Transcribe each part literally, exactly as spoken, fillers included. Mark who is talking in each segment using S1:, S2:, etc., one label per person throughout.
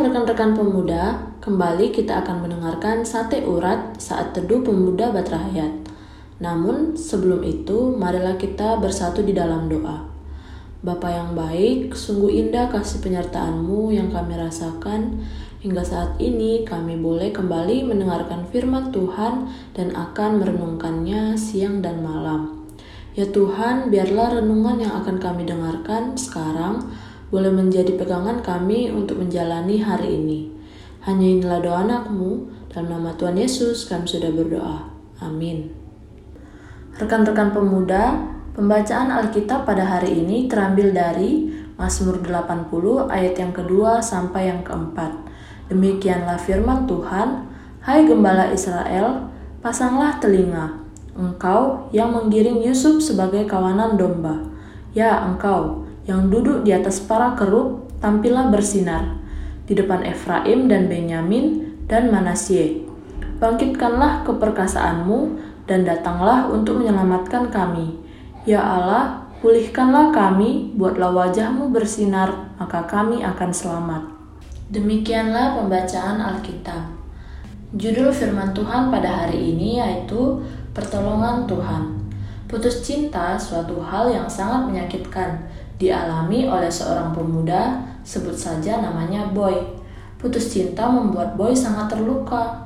S1: rekan-rekan pemuda, kembali kita akan mendengarkan sate urat saat teduh pemuda Batra Hayat. Namun sebelum itu, marilah kita bersatu di dalam doa. Bapa yang baik, sungguh indah kasih penyertaan-Mu yang kami rasakan. Hingga saat ini kami boleh kembali mendengarkan firman Tuhan dan akan merenungkannya siang dan malam. Ya Tuhan, biarlah renungan yang akan kami dengarkan sekarang boleh menjadi pegangan kami untuk menjalani hari ini. Hanya inilah doa anak-Mu, dalam nama Tuhan Yesus kami sudah berdoa. Amin. Rekan-rekan pemuda, pembacaan Alkitab pada hari ini terambil dari Mazmur delapan puluh ayat yang kedua sampai yang keempat. Demikianlah firman Tuhan, hai gembala Israel, pasanglah telinga, engkau yang menggiring Yusuf sebagai kawanan domba. Ya engkau, yang duduk di atas para kerub, tampillah bersinar di depan Efraim dan Benyamin dan Manasye. Bangkitkanlah keperkasaanmu dan datanglah untuk menyelamatkan kami. Ya Allah, pulihkanlah kami, buatlah wajahmu bersinar, maka kami akan selamat. Demikianlah pembacaan Alkitab. Judul firman Tuhan pada hari ini yaitu Pertolongan Tuhan. Putus cinta suatu hal yang sangat menyakitkan, dialami oleh seorang pemuda, sebut saja namanya Boy. Putus cinta membuat Boy sangat terluka.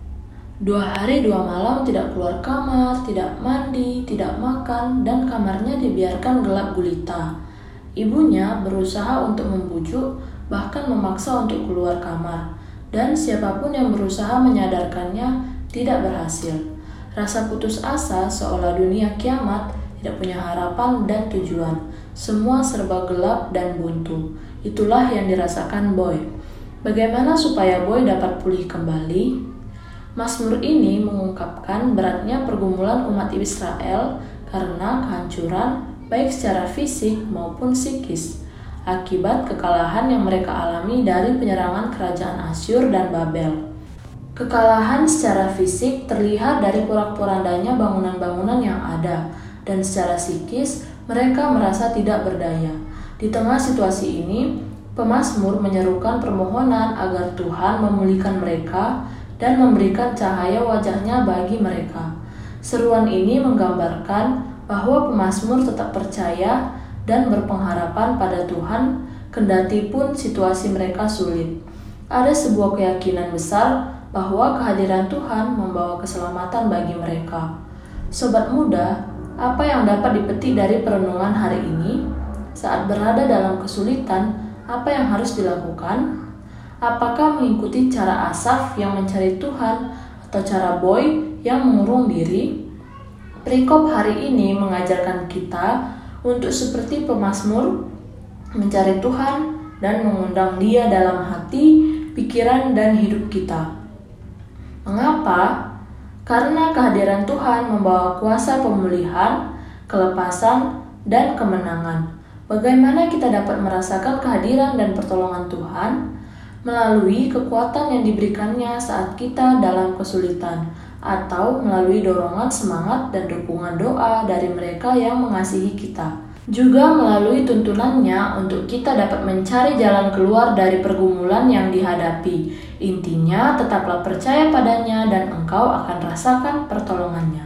S1: Dua hari dua malam tidak keluar kamar, tidak mandi, tidak makan, dan kamarnya dibiarkan gelap gulita. Ibunya berusaha untuk membujuk, bahkan memaksa untuk keluar kamar, dan siapapun yang berusaha menyadarkannya tidak berhasil. Rasa putus asa seolah dunia kiamat, tidak punya harapan dan tujuan. Semua serba gelap dan buntu. Itulah yang dirasakan Boy. Bagaimana supaya Boy dapat pulih kembali? Mazmur ini mengungkapkan beratnya pergumulan umat Israel karena kehancuran baik secara fisik maupun psikis akibat kekalahan yang mereka alami dari penyerangan kerajaan Asyur dan Babel. Kekalahan secara fisik terlihat dari porak-porandanya bangunan-bangunan yang ada, dan secara psikis mereka merasa tidak berdaya. Di tengah situasi ini, pemazmur menyerukan permohonan agar Tuhan memulihkan mereka dan memberikan cahaya wajahnya bagi mereka. Seruan ini menggambarkan bahwa pemazmur tetap percaya dan berpengharapan pada Tuhan, kendati pun situasi mereka sulit. Ada sebuah keyakinan besar bahwa kehadiran Tuhan membawa keselamatan bagi mereka. Sobat muda, apa yang dapat dipetik dari perenungan hari ini? Saat berada dalam kesulitan, apa yang harus dilakukan? Apakah mengikuti cara Asaf yang mencari Tuhan atau cara Boy yang mengurung diri? Perikop hari ini mengajarkan kita untuk seperti pemazmur, mencari Tuhan dan mengundang Dia dalam hati, pikiran, dan hidup kita. Mengapa? Karena kehadiran Tuhan membawa kuasa pemulihan, kelepasan, dan kemenangan. Bagaimana kita dapat merasakan kehadiran dan pertolongan Tuhan? Melalui kekuatan yang diberikannya saat kita dalam kesulitan, atau melalui dorongan semangat dan dukungan doa dari mereka yang mengasihi kita. Juga melalui tuntunannya untuk kita dapat mencari jalan keluar dari pergumulan yang dihadapi. Intinya, tetaplah percaya padanya dan engkau akan rasakan pertolongannya.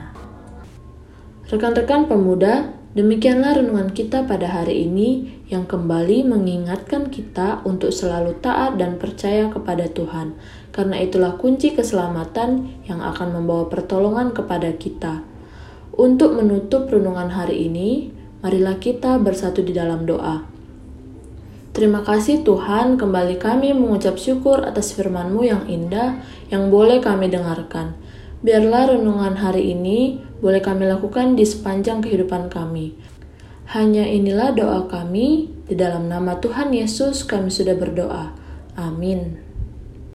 S1: Rekan-rekan pemuda, demikianlah renungan kita pada hari ini yang kembali mengingatkan kita untuk selalu taat dan percaya kepada Tuhan. Karena itulah kunci keselamatan yang akan membawa pertolongan kepada kita. Untuk menutup renungan hari ini, marilah kita bersatu di dalam doa. Terima kasih Tuhan, kembali kami mengucap syukur atas firman-Mu yang indah yang boleh kami dengarkan. Biarlah renungan hari ini boleh kami lakukan di sepanjang kehidupan kami. Hanya inilah doa kami, di dalam nama Tuhan Yesus kami sudah berdoa. Amin.